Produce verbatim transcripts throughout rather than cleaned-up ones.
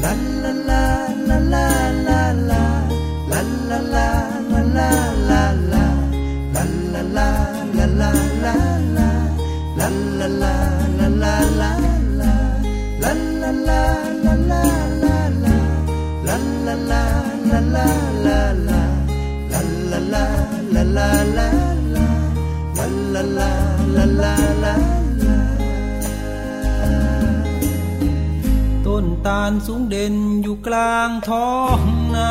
ต้นตาลสูงเด่นอยู่กลางท้องนา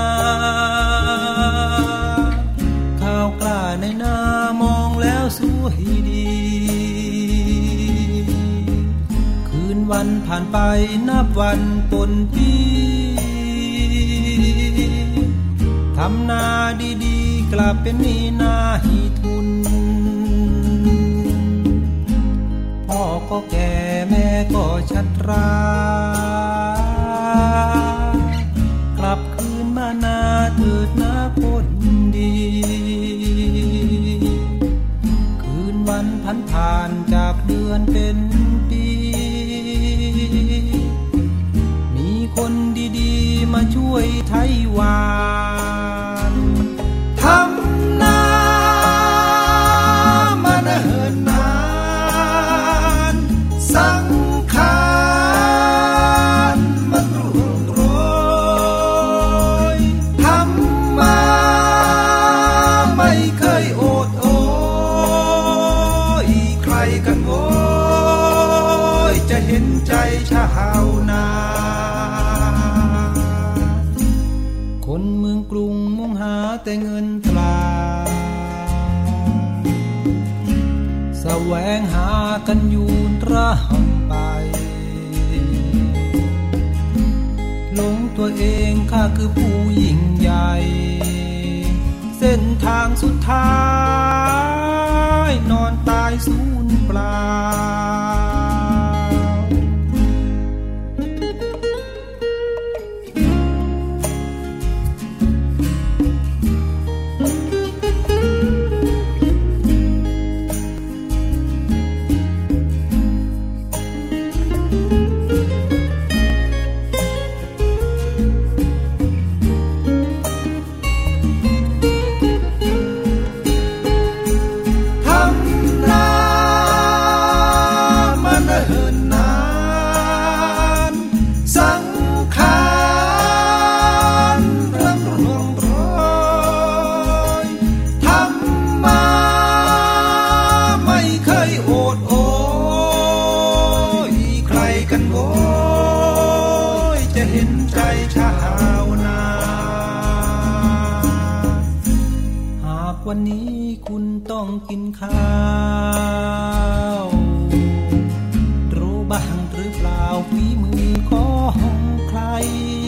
ข้าวกล้าในนามองแล้วสวยดีคืนวันผ่านไปนับวันปนปีทำนาดีๆกลับเป็นหนี้นาหิทุนพ่อก็แก่แม่ก็ชัดรากลับคืนมานาเถิดนาคนดีคืนวันพันผ่านจากเดือนเป็นปีมีคนดีๆมาช่วยไถหวานทำนามาเนิ่นนานสังขารมันร่วงโรยทำมาไม่เคยโอดโอยใครกันโอยจะเห็นใจชาวนาคนเมืองกรุงมุ่งหาแต่เงินตราแสวงหากันอยู่ระห่ำไปหลงตัวเองข้าคือผู้ยิ่งใหญ่เส้นทางสุดท้ายนอนตายสูญเปล่าวันนี้คุณต้องกินข้าวรู้บ้างหรือเปล่าฝีมือของใคร